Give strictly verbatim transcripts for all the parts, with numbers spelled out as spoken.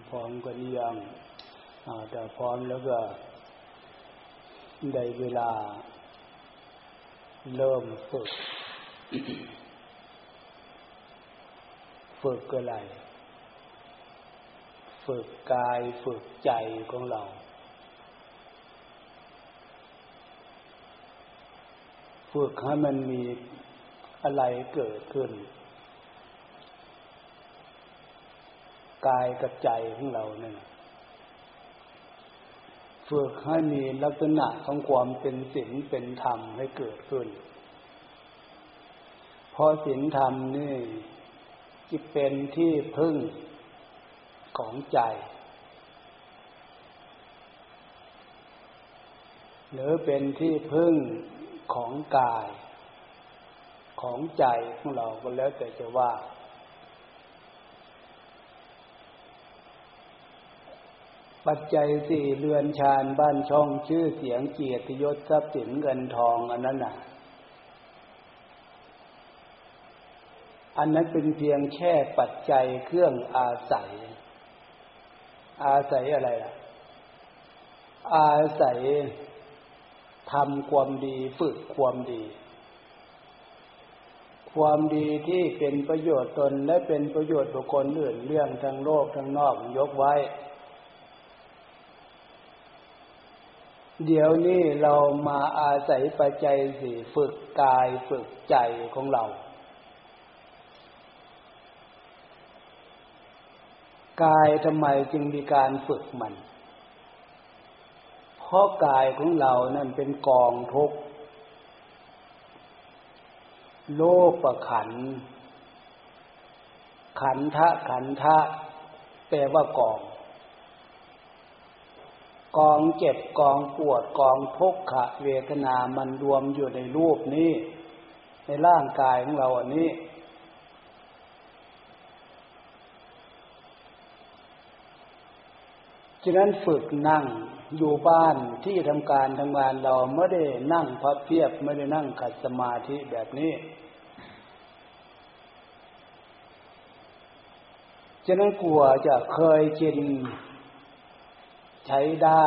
พร้อมกันยังแต่พร้อมแล้วก็ได้เวลาเริ่มฝึก ฝึกอะไรฝึกกายฝึกใจของเราฝึกให้มันมีอะไรเกิดขึ้นกายกับใจของเราเนี่ยฝึกให้มีลักษณะของความเป็นศีลเป็นธรรมให้เกิดขึ้นเพราะศีลธรรมนี่จะเป็นที่พึ่งของใจหรือเป็นที่พึ่งของกายของใจของเราก็แล้วแต่จะว่าปัจจัยสี่เรือนชานบ้านช่องชื่อเสียงเกียรติยศทรัพย์สินเงินทองอันนั้นน่ะอันนั้นเป็นเพียงแค่ปัจจัยเครื่องอาศัยอาศัยอะไรล่ะอาศัยทำความดีฝึกความดีความดีที่เป็นประโยชน์ตนและเป็นประโยชน์บุคคลอื่นเรื่องทั้งโลกทั้งนอกยกไว้เดี๋ยวนี้เรามาอาศัยปัจจัยสี่ฝึกกายฝึกใจของเรากายทำไมจึงมีการฝึกมันเพราะกายของเรานั่นเป็นกองทุกข์โลภขันธ์ขันธะขันธะแปลว่ากองกองเจ็บกองปวดกองทุกขเวทนามันรวมอยู่ในรูปนี้ในร่างกายของเราอันนี้ฉะนั้นฝึกนั่งอยู่บ้านที่ทำการทำงานเราไม่ได้นั่งพับเพียบไม่ได้นั่งขัดสมาธิแบบนี้ฉะนั้นกลัวจะเคยชินใช้ได้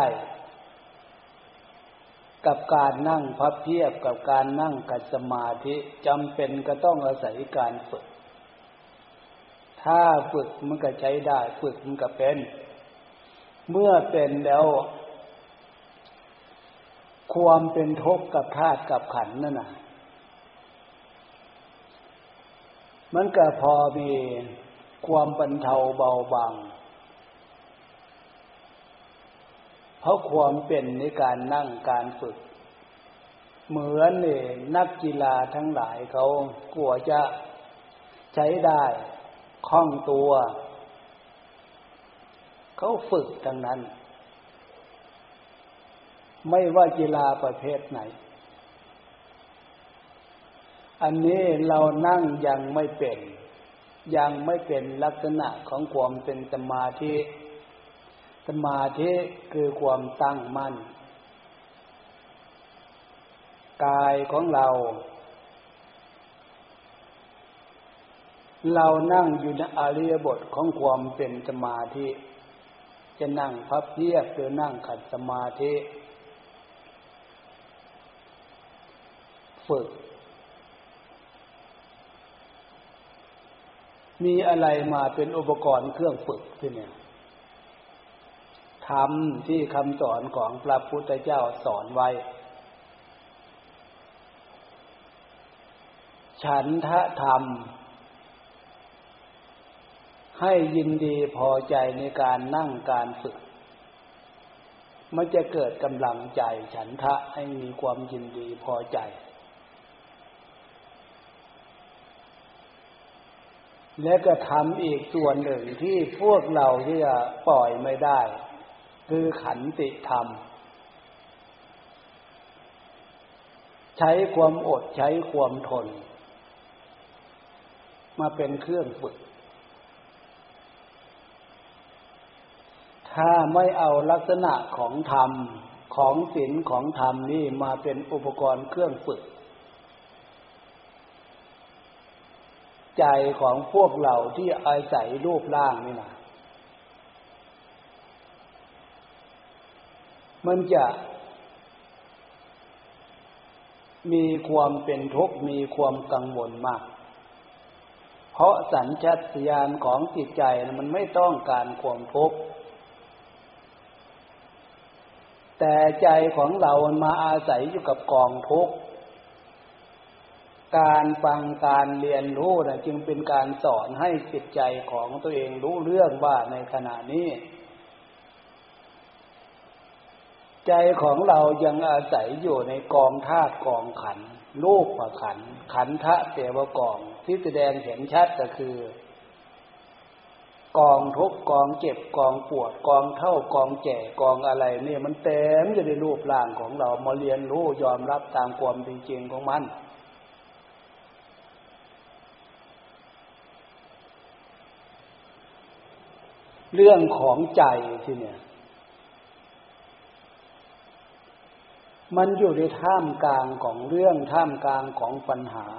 กับการนั่งพับเพียบกับการนั่งขัดสมาธิจำเป็นก็ต้องอาศัยการฝึกถ้าฝึกมันก็ใช้ได้ฝึกมันก็เป็นเมื่อเป็นแล้วความเป็นทุกข์กับธาตุกับขันธ์นั่นน่ะมันก็พอมีความบรรเทาเบาบางเพราะความเป็นในการนั่งการฝึกเหมือนนี่นักกีฬาทั้งหลายเขากลัวจะใช้ได้คล่องตัวเขาฝึกทั้งนั้นไม่ว่ากีฬาประเภทไหนอันนี้เรานั่งยังไม่เป็นยังไม่เป็นลักษณะของความเป็นสมาธิสมาธิคือความตั้งมั่นกายของเราเรานั่งอยู่ในอริยบทของความเป็นสมาธิจะนั่งพับเพียบหรือนั่งขัดสมาธิฝึกมีอะไรมาเป็นอุปกรณ์เครื่องฝึกที่เนี่ยธรรมที่คำสอนของพระพุทธเจ้าสอนไว้ฉันทะธรรมให้ยินดีพอใจในการนั่งการฝึกมันจะเกิดกำลังใจฉันทะให้มีความยินดีพอใจและก็ทำอีกส่วนหนึ่งที่พวกเราที่จะปล่อยไม่ได้คือขันติธรรมใช้ความอดใช้ความทนมาเป็นเครื่องฝึกถ้าไม่เอาลักษณะของธรรมของศีลของธรรมนี่มาเป็นอุปกรณ์เครื่องฝึกใจของพวกเราที่อาศัยรูปร่างนี่นะมันจะมีความเป็นทุกข์มีความกังวลมากเพราะสัญชาตญาณของจิตใจมันไม่ต้องการความทุกข์แต่ใจของเรามันมาอาศัยอยู่กับกองทุกข์การฟังการเรียนรู้นะจึงเป็นการสอนให้จิตใจของตัวเองรู้เรื่องว่าในขณะนี้ใจของเรายังอาศัยอยู่ในกองธาตุกองขันธ์รูปขันธ์ขันธะเทวกองที่แสดงเห็นชัดก็คือกองทุกข์กองเจ็บกองปวดกองเฒ่ากองแก่กองอะไรนี่มันเต็มอยู่ในรูปร่างของเรามาเรียนรู้ยอมรับตามความเป็นจริงของมันเรื่องของใจที่เนี่ยมันอยู่ในท่ามกลางของเรื่องท่ามกลางของปัญหา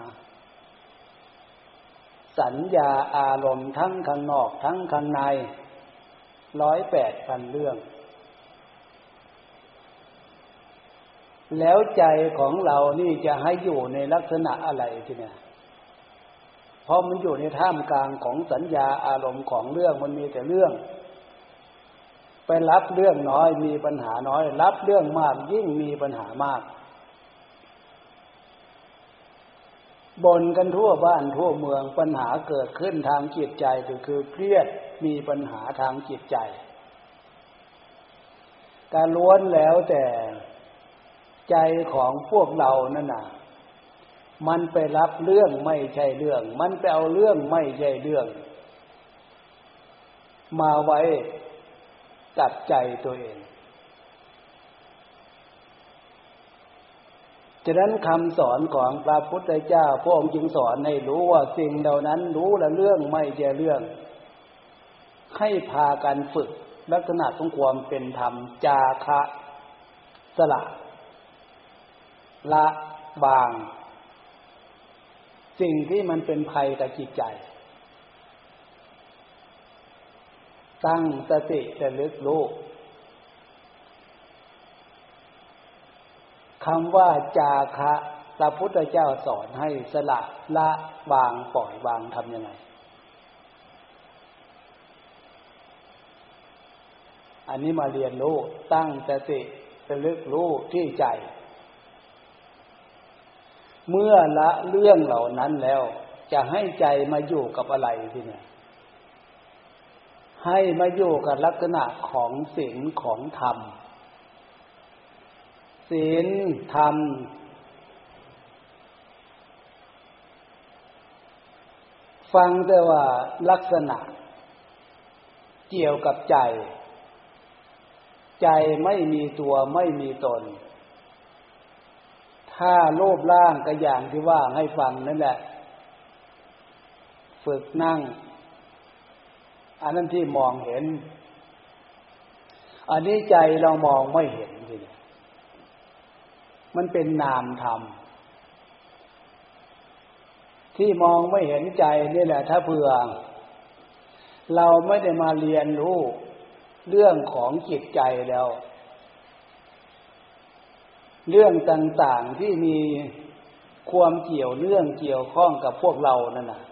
สัญญาอารมณ์ทั้งข้างนอกทั้งข้างในร้อยแปดพันเรื่องแล้วใจของเรานี่จะให้อยู่ในลักษณะอะไรทีเนี่ยเพราะมันอยู่ในท่ามกลางของสัญญาอารมณ์ของเรื่องมันมีแต่เรื่องไปรับเรื่องน้อยมีปัญหาน้อยรับเรื่องมากยิ่งมีปัญหามากบ่นกันทั่วบ้านทั่วเมืองปัญหาเกิดขึ้นทางจิตใจก็คือเครียดมีปัญหาทางจิตใจการล้วนแล้วแต่ใจของพวกเรานั่นน่ะมันไปรับเรื่องไม่ใช่เรื่องมันไปเอาเรื่องไม่ใช่เรื่องมาไว้กับใจตัวเองฉะนั้นคำสอนของพระพุทธเจ้าพระองค์จึงสอนให้รู้ว่าสิ่งเหล่านั้นรู้ละเรื่องไม่ใช่เรื่องให้พากันฝึกลักษณะของความเป็นธรรมจาคะสละละวางสิ่งที่มันเป็นภัยต่อจิตใจตั้งสติระลึกรู้คำว่าจาคะพระพุทธเจ้าสอนให้สละละวางปล่อยวางทำยังไงอันนี้มาเรียนรู้ตั้งสติระลึกรู้ที่ใจเมื่อละเรื่องเหล่านั้นแล้วจะให้ใจมาอยู่กับอะไรทีเนี่ยให้มาอยู่กับลักษณะของศีลของธรรมศีลธรรมฟังแต่ว่าลักษณะเกี่ยวกับใจใจไม่มีตัวไม่มีตนถ้ารูปร่างก็อย่างที่ว่าให้ฟังนั่นแหละฝึกนั่งอันนั้นที่มองเห็นอันนี้ใจเรามองไม่เห็นทีเดียวมันเป็นนามธรรมที่มองไม่เห็นใจนี่แหละถ้าเผื่อเราไม่ได้มาเรียนรู้เรื่องของจิตใจแล้วเรื่องต่างๆที่มีความเกี่ยวเนื่องเกี่ยวข้องกับพวกเรานั่นน่ะ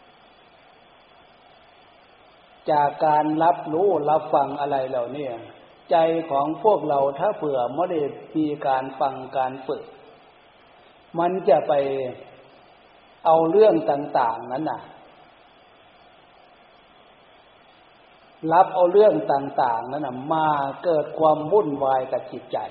จากการรับรู้รับฟังอะไรเหล่านี้ใจของพวกเราถ้าเผื่อไม่ได้มีการฟังการฝึกมันจะไปเอาเรื่องต่างๆนั้นน่ะรับเอาเรื่องต่างๆนั้นน่ะมาเกิดความวุ่นวายกับจิตใจ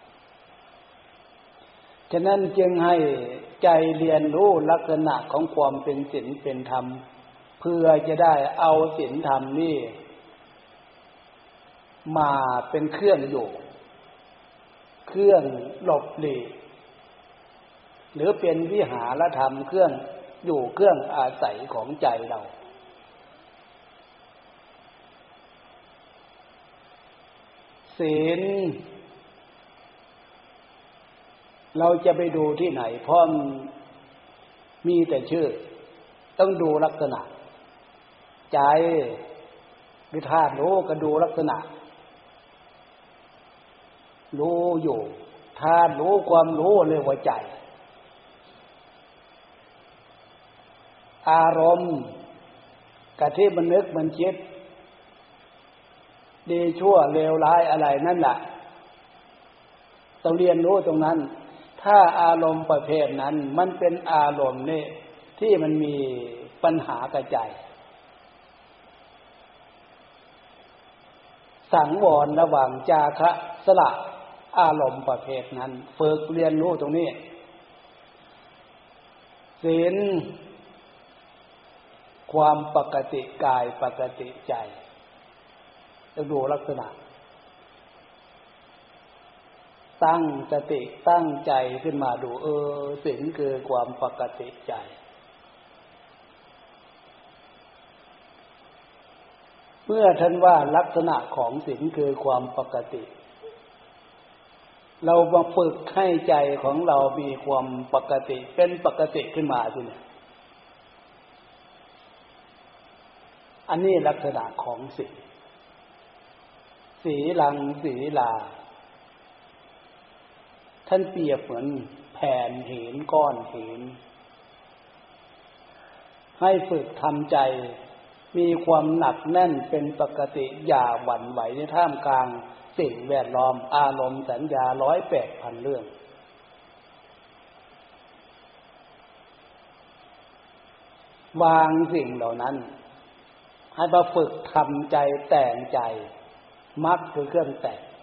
ฉะนั้นจึงให้ใจเรียนรู้ลักษณะของความเป็นศีลเป็นธรรมเพื่อจะได้เอาศีลธรรมนี่มาเป็นเครื่องอยู่เครื่องหลบหลีกหรือเป็นวิหารธรรมเครื่องอยู่เครื่องอาศัยของใจเราศีลเราจะไปดูที่ไหนเพราะมีแต่ชื่อต้องดูลักษณะใจหรือธาตุรู้ก็ดูลักษณะรู้อยู่ถ้ารู้ความรู้เรียกว่าใจอารมณ์กะที่มันนึกมันคิดดีชั่วเลวร้ายอะไรนั่นแหละต้องเรียนรู้ตรงนั้นถ้าอารมณ์ประเภทนั้นมันเป็นอารมณ์นี่ที่มันมีปัญหากระจายสังวรระหว่างจาคะสละอารมณ์ประเภทนั้นฝึกเรียนรู้ตรงนี้ศีลความปกติกายปกติใจต้องดูลักษณะตั้งสติตั้งใจขึ้นมาดูเออศีลคือความปกติใจเมื่อท่านว่าลักษณะของศีลคือความปกติเรามาฝึกให้ใจของเรามีความปกติเป็นปกติขึ้นมาสิเนี่ยอันนี้ลักษณะของศีลสีลังสีลาท่านเปรียบเหมือนแผ่นหินก้อนหินให้ฝึกทำใจมีความหนักแน่นเป็นปกติอย่าหวั่นไหวในท่ามกลางสิ่งแวดล้อมอารมณ์สัญญาร้อยแปดพันเรื่องวางสิ่งเหล่านั้นให้มาฝึกทำใจแต่งใจมรรคคือเครื่องแต่ง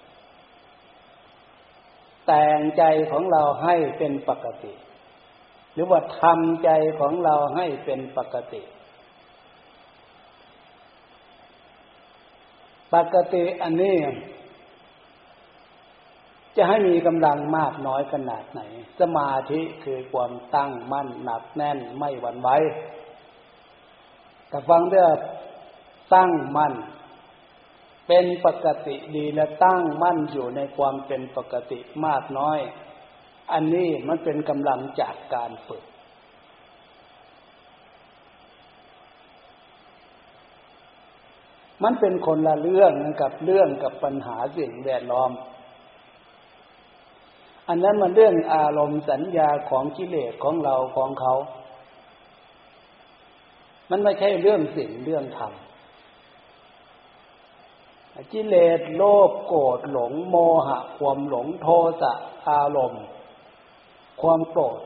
แต่งใจของเราให้เป็นปกติหรือว่าทำใจของเราให้เป็นปกติปกติอันนี้จะให้มีกำลังมากน้อยขนาดไหนสมาธิคือความตั้งมั่นหนักแน่นไม่หวั่นไหวแต่ฟังเด้อตั้งมั่นเป็นปกติดีและตั้งมั่นอยู่ในความเป็นปกติมากน้อยอันนี้มันเป็นกำลังจากการฝึกมันเป็นคนละเรื่องกับเรื่องกับปัญหาสิ่งแวดล้อมอันนั้นมันเรื่องอารมณ์สัญญาของกิเลสของเราของเขามันไม่ใช่เรื่องศีลเรื่องธรรมกิเลสโลภโกรธหลงโมหะความหลงโทสะอารมณ์ความโกรธ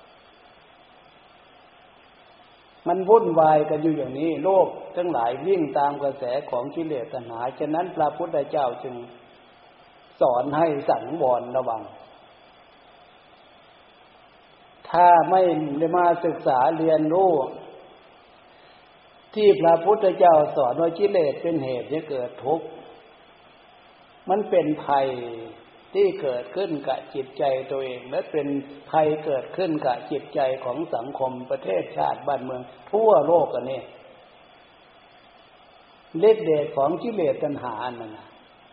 มันวุ่นวายกันอยู่อย่างนี้โลกทั้งหลายวิ่งตามกระแสของกิเลสตัณหาฉะนั้นพระพุทธเจ้าจึงสอนให้สังวรระวังถ้าไม่ได้มาศึกษาเรียนรู้ที่พระพุทธเจ้าสอนว่ากิเลสเป็นเหตุให้เกิดทุกข์มันเป็นภัยที่เกิดขึ้นกับจิตใจตัวเองและเป็นภัยเกิดขึ้นกับจิตใจของสังคมประเทศชาติบ้านเมืองทั่วโลกอันนี้ฤทธิ์เดชของกิเลสตัณหานั่นน่ะ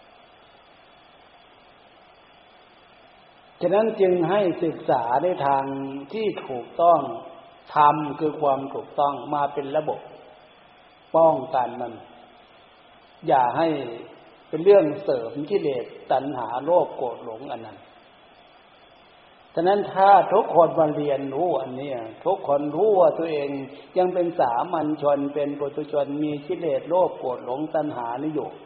ฉะนั้นจึงให้ศึกษาในทางที่ถูกต้องธรรมคือความถูกต้องมาเป็นระบบป้องกันมันอย่าให้เป็นเรื่องเสริมกิเลสตัณหาโลภโกรธหลงอันนั้นฉะนั้นถ้าทุกคนมาเรียนรู้อันนี้ทุกคนรู้ว่าตัวเองยังเป็นสามัญชนเป็นปุถุชนมีกิเลสโลภโกรธหลงตัณหานี่อยู่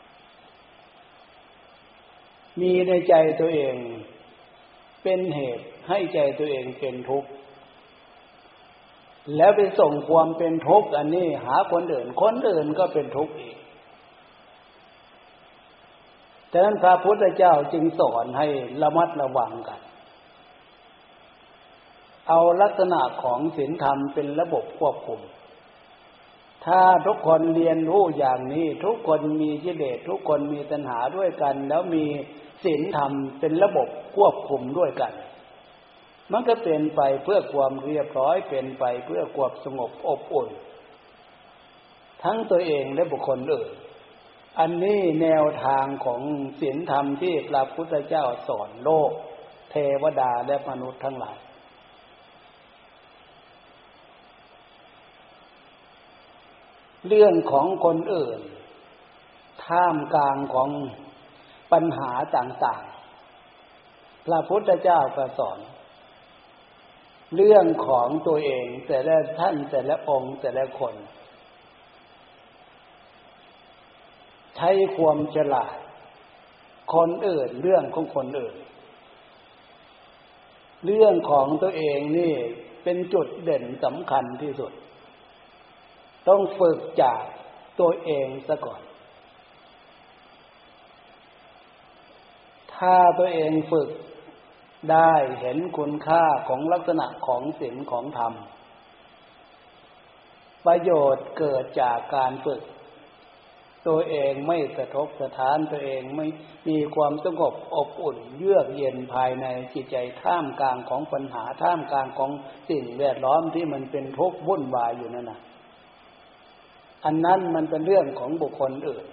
มีในใจตัวเองเป็นเหตุให้ใจตัวเองเป็นทุกข์แล้วไปส่งความเป็นทุกข์อันนี้หาคนอื่นคนอื่นก็เป็นทุกข์อีกฉะนั้นพระพุทธเจ้าจึงสอนให้ระมัดระวังกันเอาลักษณะของศีลธรรมเป็นระบบควบคุมถ้าทุกคนเรียนรู้อย่างนี้ทุกคนมีกิเลสทุกคนมีตัณหาด้วยกันแล้วมีศีลธรรมเป็นระบบควบคุมด้วยกันมันก็เป็นไปเพื่อความเรียบร้อยเป็นไปเพื่อความสงบอบอุ่นทั้งตัวเองและบุคคลอื่นอันนี้แนวทางของศีลธรรมที่พระพุทธเจ้าสอนโลกเทวดาและมนุษย์ทั้งหลายเรื่องของคนอื่นท่ามกลางของปัญหาต่างพระพุทธเจ้าก็สอนเรื่องของตัวเองแต่ละท่านแต่ละองค์แต่ละคนใช้ความฉลาดคนอื่นเรื่องของคนอื่นเรื่องของตัวเองนี่เป็นจุดเด่นสำคัญที่สุดต้องฝึกจากตัวเองซะก่อนถ้าตัวเองฝึกได้เห็นคุณค่าของลักษณะของศีลของธรรมประโยชน์เกิดจากการฝึกตัวเองไม่สะทกสะท้านตัวเองไม่มีความสงบอบอุ่นเยือกเย็นภายในจิตใจท่ามกลางของปัญหาท่ามกลางของสิ่งแวดล้อมที่มันเป็นทุกข์วุ่นวายอยู่นั่นน่ะอันนั้นมันเป็นเรื่องของบุคคลอื่น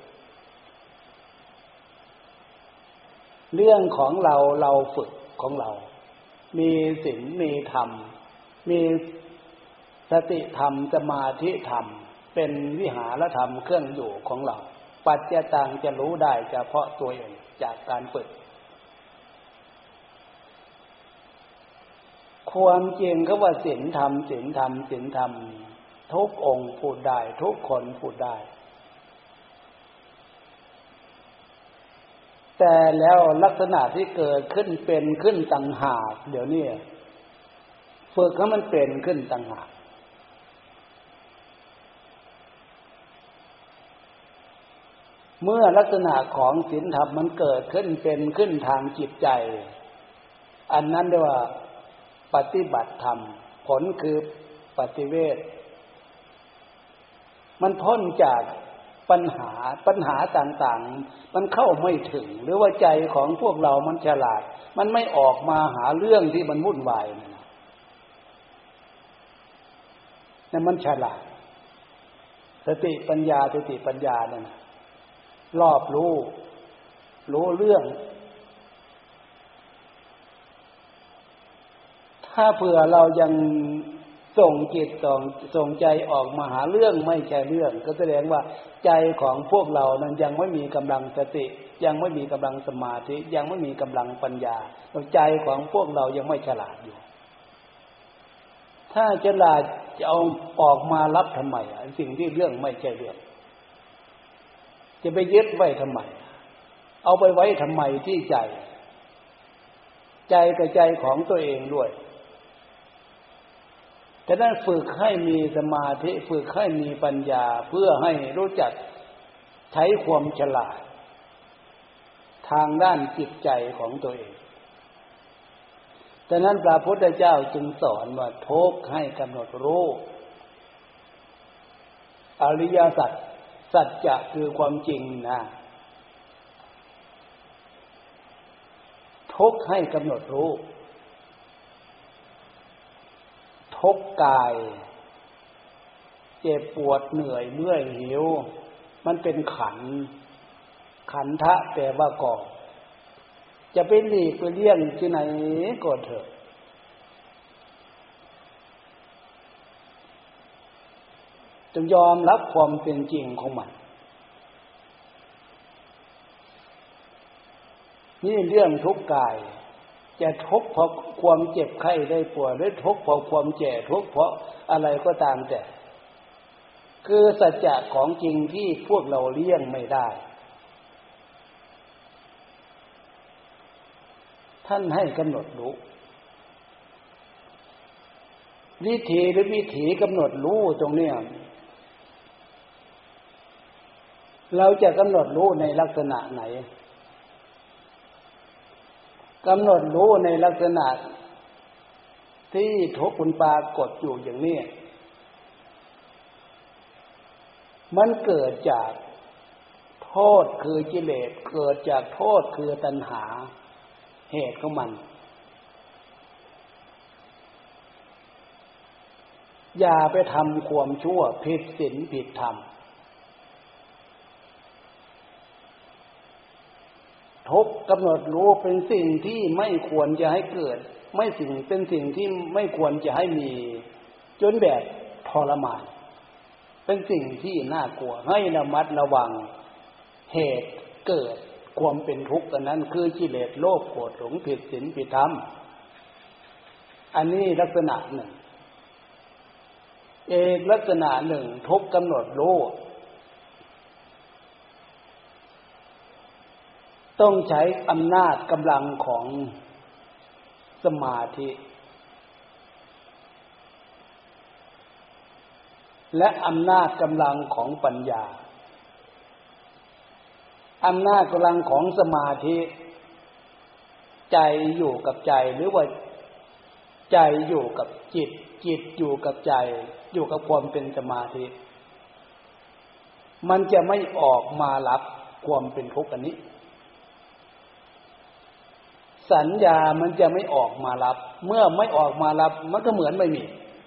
เรื่องของเราเราฝึกของเรามีศีลมีธรรมมีสติธรรมสมาธิธรรมเป็นวิหารธรรมเครื่องอยู่ของเราปัจจตังจะรู้ได้เฉพาะตัวเองจากการฝึกความจริงก็ว่าศีลธรรมศีลธรรมศีลธรรมทุกองค์พูดได้ทุกคนพูดได้แต่แล้วลักษณะที่เกิดขึ้นเป็นขึ้นต่างหากเดี๋ยวนี้ฝึกให้มันเป็นขึ้นต่างหากเมื่อลักษณะของศีลธรรมมันเกิดขึ้นเป็นขึ้นทางจิตใจอันนั้นเรียกว่าปฏิบัติธรรมผลคือปฏิเวทมันพ้นจากปัญหาปัญหาต่างๆมันเข้าไม่ถึงหรือว่าใจของพวกเรามันฉลาดมันไม่ออกมาหาเรื่องที่มันวุ่นวายนั่นนะนั่นมันฉลาดสติปัญญาสติปัญญานั่นนะรอบรู้รู้เรื่องถ้าเผื่อเรายังส่งจิตส่งส่งใจออกมาหาเรื่องไม่ใช่เรื่องก็แสดงว่าใจของพวกเรานั้นยังไม่มีกำลังสติยังไม่มีกำลังสมาธิยังไม่มีกำลังปัญญาใจของพวกเรายังไม่ฉลาดอยู่ถ้าฉลาดจะเอาออกมารับทำไมสิ่งที่เรื่องไม่ใช่เรื่องจะไปยึดไว้ทำไมเอาไปไว้ทำไมที่ใจใจกับใจของตัวเองด้วยฉะนั้นฝึกให้มีสมาธิฝึกให้มีปัญญาเพื่อให้รู้จักใช้ความฉลาดทางด้านจิตใจของตัวเองฉะนั้นพระพุทธเจ้าจึงสอนว่าทุกข์ให้กำหนดรู้อริยสัจสัจจะคือความจริงนะทุกข์ให้กำหนดรู้ทุกข์กายเจ็บปวดเหนื่อยเมื่อยหิวมันเป็นขันธ์ขันธะแปลว่าก่อจะไปหลีกไปเลี่ยงที่ไหนก็เถอะจงยอมรับความเป็นจริงของมันนี่เรื่องทุกข์กายจะทุกข์เพราะความเจ็บไข้ได้ป่วยหรือทุกข์เพราะความแก่ทุกข์เพราะอะไรก็ตามแต่คือสัจจะของจริงที่พวกเราเลี่ยงไม่ได้ท่านให้กำหนดรู้วิธีหรือวิถีกำหนดรู้ตรงนี้เราจะกำหนดรู้ในลักษณะไหนกำหนดรู้ในลักษณะที่ทุกข์มันปรากฏอยู่อย่างนี้มันเกิดจากโทษคือกิเลสเกิดจากโทษคือตัณหาเหตุของมันอย่าไปทำความชั่วผิดศีลผิดธรรมทุกข์กำหนดรู้เป็นสิ่งที่ไม่ควรจะให้เกิดไม่สิ่งเป็นสิ่งที่ไม่ควรจะให้มีจนแบบทรมานเป็นสิ่งที่น่ากลัวให้ระมัดระวังเหตุเกิดความเป็นทุกข์อันนั้นคือกิเลสโลภโกรธหลงผิดศีลผิดธรรมอันนี้ลักษณะหนึ่งเอกลักษณะหนึ่งทุกข์กำหนดรู้ต้องใช้อำนาจกำลังของสมาธิและอำนาจกำลังของปัญญาอำนาจกำลังของสมาธิใจอยู่กับใจหรือว่าใจอยู่กับจิตจิตอยู่กับใจอยู่กับความเป็นสมาธิมันจะไม่ออกมารับความเป็นทุกข์อันนี้สัญญามันจะไม่ออกมารับเมื่อไม่ออกมารับมันก็เหมือนไม่มี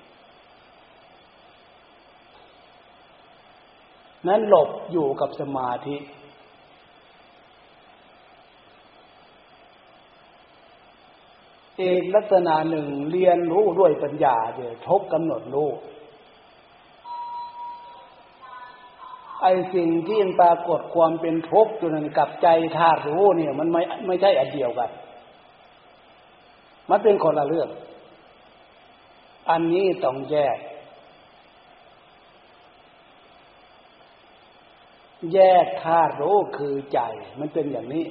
นั้นหลบอยู่กับสมาธิเอกลักษณะหนึ่งเรียนรู้ด้วยปัญญาเดี๋ยวทบกำหนดรู้ไอ้สิ่งที่ปรากฏความเป็นทุกข์อยู่นั่นกับใจธาตุรู้เนี่ยมันไม่ไม่ใช่อันเดียวกันมันเป็นคนละเรื่องอันนี้ต้องแยกแยกธาตุรู้คือใจมันเป็นอย่างนี้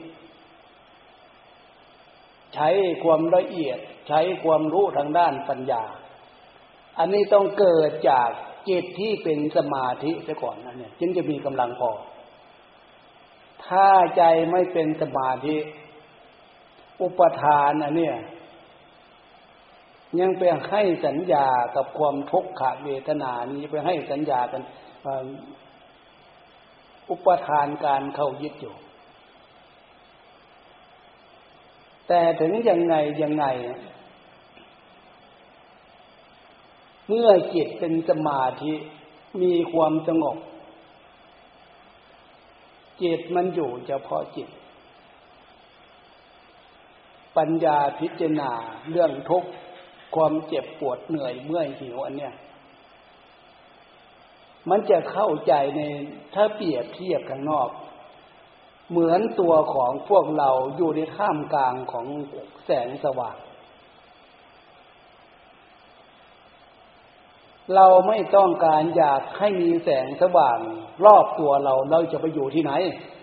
ใช้ความละเอียดใช้ความรู้ทางด้านปัญญาอันนี้ต้องเกิดจากจิตที่เป็นสมาธิซะก่อนนั่นเนี่ยจึงจะมีกำลังพอถ้าใจไม่เป็นสมาธิอุปทานอันเนี้ยยังไปให้สัญญากับความทุกขเวทนานี้ไปให้สัญญากันอุปทานการเข้ายึดอยู่แต่ถึงยังไงยังไงเมื่อจิตเป็นสมาธิมีความสงบจิตมันอยู่เฉพาะจิตปัญญาพิจารณาเรื่องทุกข์ความเจ็บปวดเหนื่อยเมื่อยหิวอันเนี้ยมันจะเข้าใจในถ้าเปรียบเทียบข้างนอกเหมือนตัวของพวกเราอยู่ในท่ามกลางของแสงสว่างเราไม่ต้องการอยากให้มีแสงสว่างรอบตัวเราเราจะไปอยู่ที่ไหน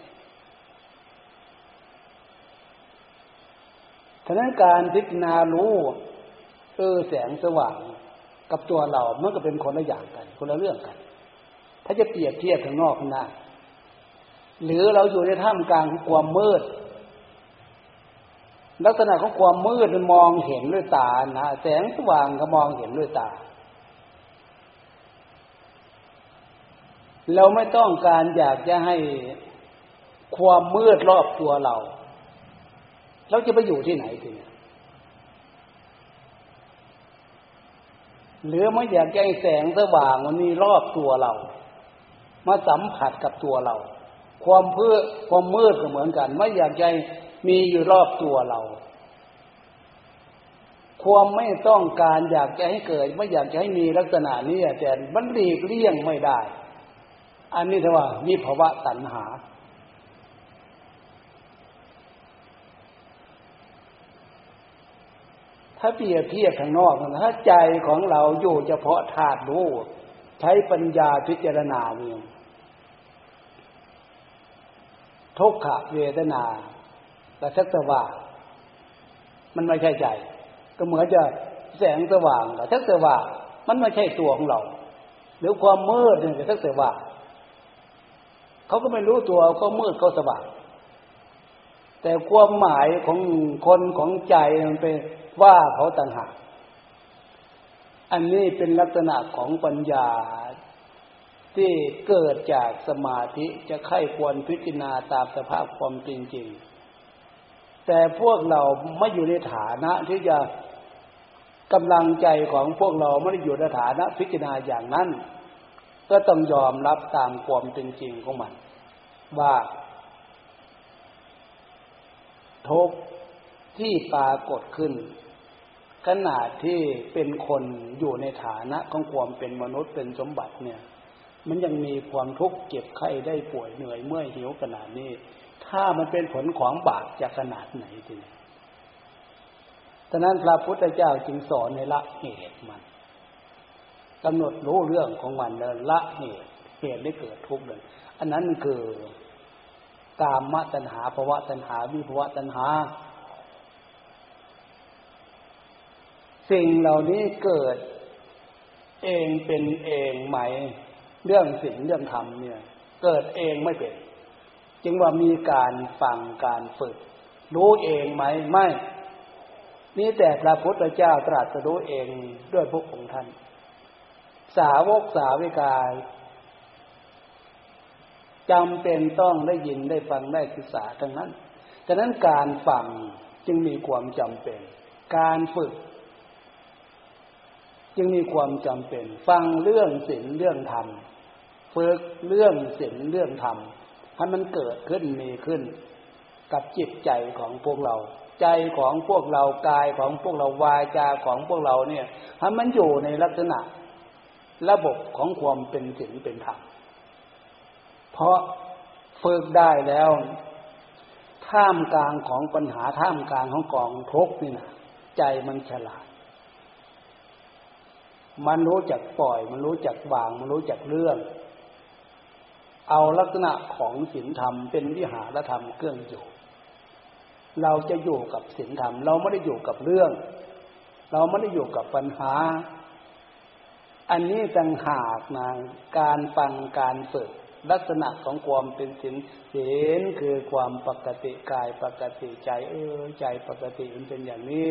ฉะนั้นการพิจารณารู้เออแสงสว่างกับตัวเรามันก็เป็นคนละอย่างกันคนละเรื่องกันถ้าจะเปรียบเทียบข้างนอกข้างหน้าหรือเราอยู่ในท่ามกลางของความมืดลักษณะของความมืดมันมองเห็นด้วยตานะแสงสว่างก็มองเห็นด้วยตาเราไม่ต้องการอยากจะให้ความมืดรอบตัวเราเราจะไปอยู่ที่ไหนทีนี้หรือไม่อยากให้แสงสว่างมันมีรอบตัวเรามาสัมผัสกับตัวเราความเพื่อความมืดก็เหมือนกันไม่อยากให้มีอยู่รอบตัวเราความไม่ต้องการอยากจะให้เกิดไม่อยากจะให้มีลักษณะนี้แต่มันหลีกเลี่ยงไม่ได้อันนี้เรียกว่าวิภวะตัณหาถ้าเปรียบเทียบข้างนอกนะถ้าใจของเราอยู่เฉพาะธาตุรู้ใช้ปัญญาพิจารณาเนี่ยทุกขเวทนาและสักแต่ว่ามันไม่ใช่ใจก็เหมือนจะแสงสว่างและสักแต่ว่ามันไม่ใช่ตัวของเราหรือความมืดเนี่ยสักแต่ว่าเขาก็ไม่รู้ตัวเขามืดเขาสว่างแต่ความหมายของคนของใจมันเป็นว่าเขาต่างหากอันนี้เป็นลักษณะของปัญญาที่เกิดจากสมาธิจะไข้ควรพิจารณาตามสภาพความจริงๆแต่พวกเราไม่อยู่ในฐานะที่จะกำลังใจของพวกเราไม่ได้อยู่ในฐานะพิจารณาอย่างนั้นก็ต้องยอมรับตามความเป็นจริงของมันว่าทุกข์ที่ปรากฏขึ้นขณะที่เป็นคนอยู่ในฐานะของความเป็นมนุษย์เป็นสมบัติเนี่ยมันยังมีความทุกข์เจ็บไข้ได้ป่วยเหนื่อยเมื่อยหิวขนาดนี้ถ้ามันเป็นผลของบาปจะขนาดไหนทีนี้ฉะนั้นพระพุทธเจ้าจึงสอนในละเหตุมันกำหนดรู้เรื่องของมันเลยละเหตุเหตุได้เกิดทุกข์เลยอันนั้นคือกามตัณหาภวตัณหาวิภวตัณหาสิ่งเหล่านี้เกิดเองเป็นเองไหมเรื่องศีลเรื่องธรรมเนี่ยเกิดเองไม่เป็นจึงว่ามีการฟังการฝึกรู้เองไหมไม่นี่แต่พระพุทธเจ้าตรัสรู้เองด้วยพระองค์ท่านสาวกสาวิกาจำเป็นต้องได้ยินได้ฟังได้ศึกษาทั้งนั้นฉะนั้นการฟังจึงมีความจำเป็นการฝึกจึงมีความจำเป็นฟังเรื่องศีลเรื่องธรรมฝึกเรื่องศีลเรื่องธรรมให้มันเกิดขึ้นมีขึ้นกับจิตใจของพวกเราใจของพวกเรากายของพวกเราวาจาของพวกเราเนี่ยให้มันอยู่ในลักษณะระบบของความเป็นศีลเป็นธรรมเพราะฝึกได้แล้วท่ามกลางของปัญหาท่ามกลางของกองทุกข์นี่นะใจมันฉลาดมันรู้จักปล่อยมันรู้จักวางมันรู้จักเรื่องเอาลักษณะของศีลธรรมเป็นวิหารธรรมเครื่องอยู่เราจะอยู่กับศีลธรรมเราไม่ได้อยู่กับเรื่องเราไม่ได้อยู่กับปัญหาอันนี้ต่างหากนะการฟังการฝึกลักษณะของความเป็นศีลศีลคือความปกติกายปกติใจเออใจปกติมันเป็นอย่างนี้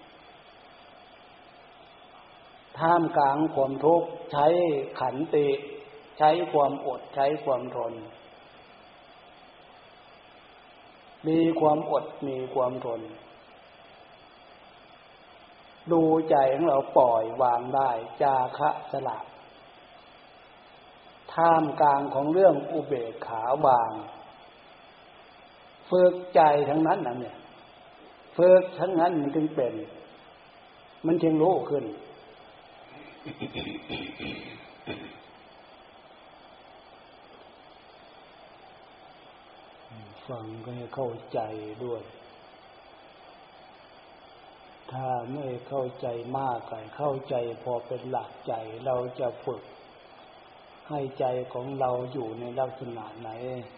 ท่ามกลางความทุกข์ใช้ขันติใช้ความอดใช้ความทนมีความอดมีความทนดูใจของเราปล่อยวางได้จาคะสละท่ามกลางของเรื่องอุเบกขาวางฝึกใจทั้งนั้นน่ะเนี่ยฝึกทั้งนั้นมันจึงเป็นมันจึงรู้ขึ้นฟังก็ให้เข้าใจด้วยถ้าไม่เข้าใจมากก็เข้าใจพอเป็นหลักใจเราจะฝึกให้ใจของเราอยู่ในลักษณะไหน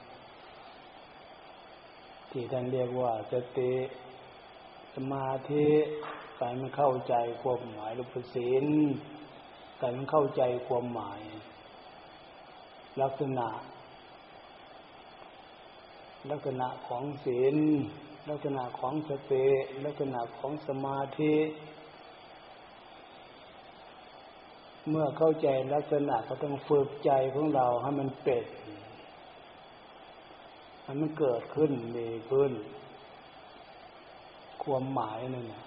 ที่ท่านเรียกว่าสติสมาธิการมันเข้าใจความหมายรูปศีลการมันเข้าใจความหมายลักษณะลักษณะของศีลลักษณะของสติลักษณะของสมาธิเมื่อเข้าใจลักษณะก็ต้องฝึกใจของเราให้มันเป็นให้มันเกิดขึ้นมีขึ้นความหมายนั่นน่ะ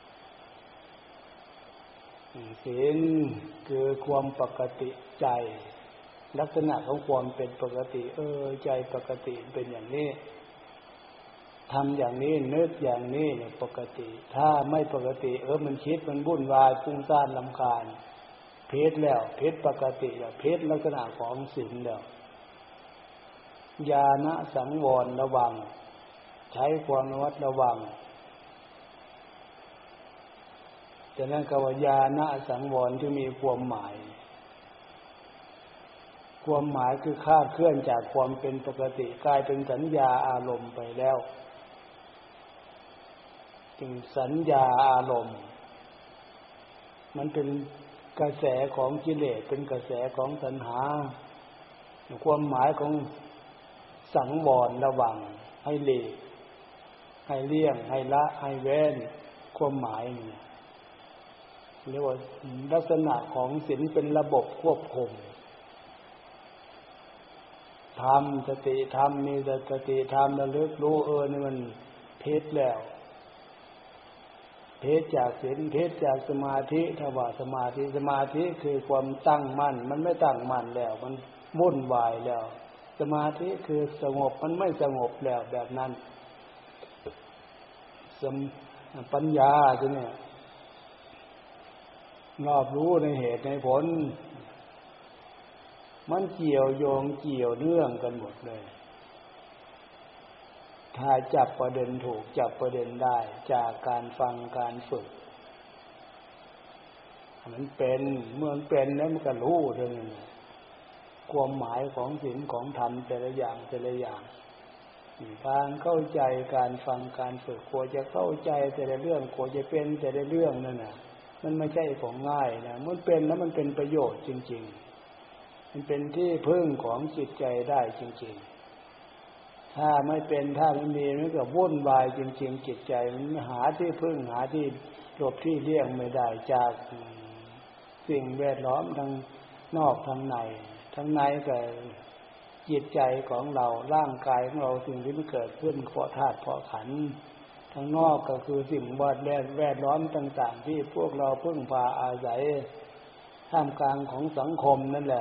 ศีลคือความปกติใจลักษณะของความเป็นปกติเออใจปกติเป็นอย่างนี้ทำอย่างนี้นึกอย่างนี้เนี่ยปกติถ้าไม่ปกติเออมันคิดมันวุ่นวายฟุ้งซ่านรำคาญเพศแล้วเพศปกติแล้วเพศลักษณะของศีลแล้วญาณสังวรระวังใช้ความระมัดระวังฉะนั้นคำว่าญาณสังวรที่มีความหมายความหมายคือคลาดเคลื่อนจากความเป็นปกติกลายเป็นสัญญาอารมณ์ไปแล้วจึงสัญญาอารมณ์มันเป็นกระแสของกิเลสเป็นกระแสของตัณหาความหมายของสังวรระวังให้หลีกให้เลี่ยงให้ละให้เว้นความหมายนี่เรียกว่าลักษณะของศีลเป็นระบบควบคุมธรรมสติธรรมมีสติธรรมระลึกรู้เออนี่มันเพชรแล้วเพชรจากศีลเพชรจากสมาธิถ้าว่าสมาธิสมาธิคือความตั้งมั่นมันไม่ตั้งมั่นแล้วมันวุ่นวายแล้วสมาธิคือสงบมันไม่สงบแล้วแบบนั้นปัญญาคือเนี่ยรอบรู้ในเหตุในผลมันเกี่ยวโยงเกี่ยวเนื่องกันหมดเลยถ้าจับประเด็นถูกจับประเด็นได้จากการฟังการฝึกมันเป็นเมื่อมันเป็นแล้วมันก็รู้เรื่องนี้ความหมายของศีลของธรรมแต่ละอย่างแต่ละอย่างการเข้าใจการฟังการฝึกกว่าจะเข้าใจแต่ละเรื่องกว่าจะเป็นแต่ละเรื่องนั่นน่ะมันไม่ใช่ของง่ายนะมันเป็นแล้วมันเป็นประโยชน์จริงๆมันเป็นที่พึ่งของจิตใจได้จริงๆถ้าไม่เป็นถ้าไม่มีมันก็วุ่นวายจริงๆจิตใจมันหาที่พึ่งหาที่หลบที่เลี่ยงไม่ได้จากสิ่งแวดล้อมทั้งนอกทั้งในทั้งในก็จิตใจของเราร่างกายของเราสิ่งที่มันเกิดขึ้นเพราะธาตุเพราะขันธ์ทั้งนอกก็คือสิ่งแวดล้อมต่างๆที่พวกเราพึ่งพาอาศัยท่ามกลางของสังคมนั่นแหละ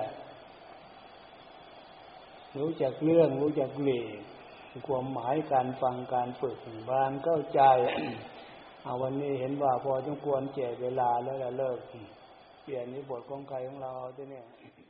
รู้จักเรื่องรู้จักหลีกความหมายการฟังการฝึกบางเข้าใจ เอาวันนี้เห็นว่าพอสมควรแก่เวลาแล้วก็เลิกเปลี่ยนนิบทของใครของเราเอาที่นี่